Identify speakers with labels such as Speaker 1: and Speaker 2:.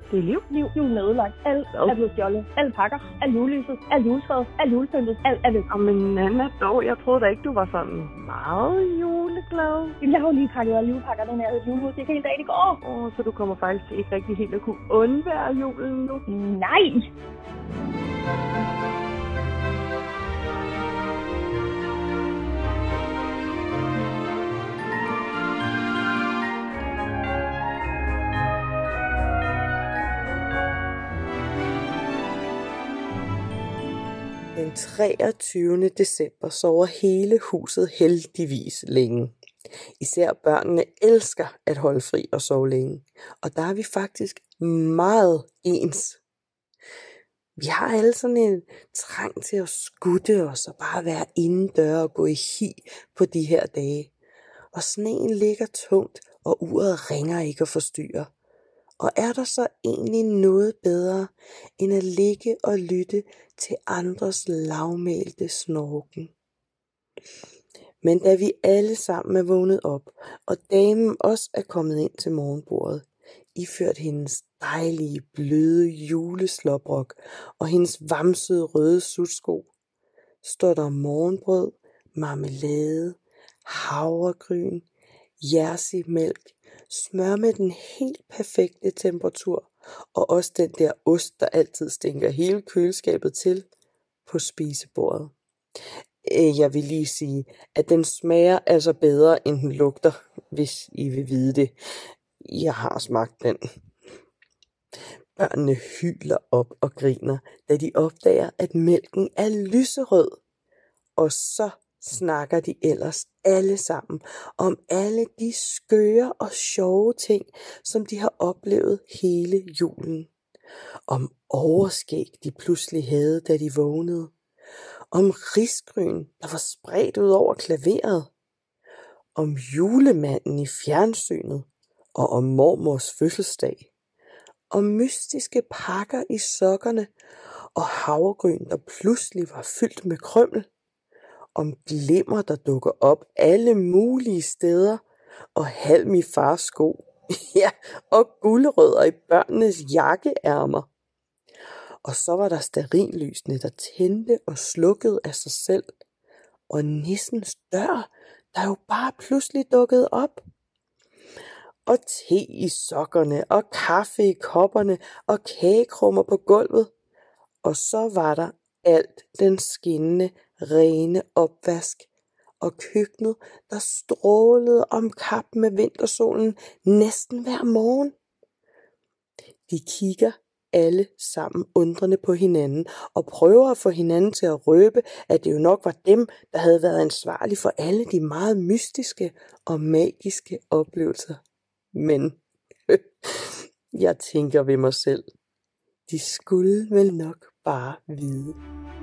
Speaker 1: Det er liv.
Speaker 2: Julen er ødelagt. Alt er blevet stjålet. Alle pakker. Alt julelyset. Alt juletræet. Alt julepyntet. Alt er væk.
Speaker 1: Men Nana dog, jeg troede da ikke, du var sådan meget juleglad.
Speaker 2: Jeg har jo lige pakket alle julepakker, den her julehus. Det er helt dag, det går.
Speaker 1: Så du kommer faktisk ikke rigtig helt at kunne undvære julen nu?
Speaker 2: Nej!
Speaker 3: Den 23. december sover hele huset heldigvis længe. Især børnene elsker at holde fri og sove længe. Og der er vi faktisk meget ens. Vi har alle sådan en trang til at skutte os og bare være indendør og gå i hi på de her dage. Og sneen ligger tungt, og uret ringer ikke og forstyrrer. Og er der så egentlig noget bedre, end at ligge og lytte til andres lavmælte snorken? Men da vi alle sammen er vågnet op, og damen også er kommet ind til morgenbordet, iført hendes dejlige, bløde juleslåbrok og hendes vamsede røde sutsko, står der morgenbrød, marmelade, havregryn, jersimælk, smør med den helt perfekte temperatur, og også den der ost, der altid stinker hele køleskabet til på spisebordet. Jeg vil lige sige, at den smager altså bedre, end den lugter, hvis I vil vide det. Jeg har smagt den. Børnene hyler op og griner, da de opdager, at mælken er lyserød. Og så snakker de ellers alle sammen om alle de skøre og sjove ting, som de har oplevet hele julen. Om overskæg, de pludselig havde, da de vågnede. Om risgryn, der var spredt ud over klaveret. Om julemanden i fjernsynet. Og om mormors fødselsdag. Om mystiske pakker i sokkerne. Og havregryn, der pludselig var fyldt med krymmel. Om glimmer, der dukker op alle mulige steder, og halm i fars sko, ja, og gulerødder i børnenes jakkeærmer. Og så var der stearinlysene, der tændte og slukkede af sig selv, og nissens dør, der jo bare pludselig dukkede op. Og te i sokkerne, og kaffe i kopperne, og kagekrummer på gulvet. Og så var der alt den skinnende, rene opvask, og køkkenet, der strålede om kap med vintersolen næsten hver morgen. De kigger alle sammen undrende på hinanden, og prøver at få hinanden til at røbe, at det jo nok var dem, der havde været ansvarlige for alle de meget mystiske og magiske oplevelser. Men jeg tænker ved mig selv, de skulle vel nok bare vide.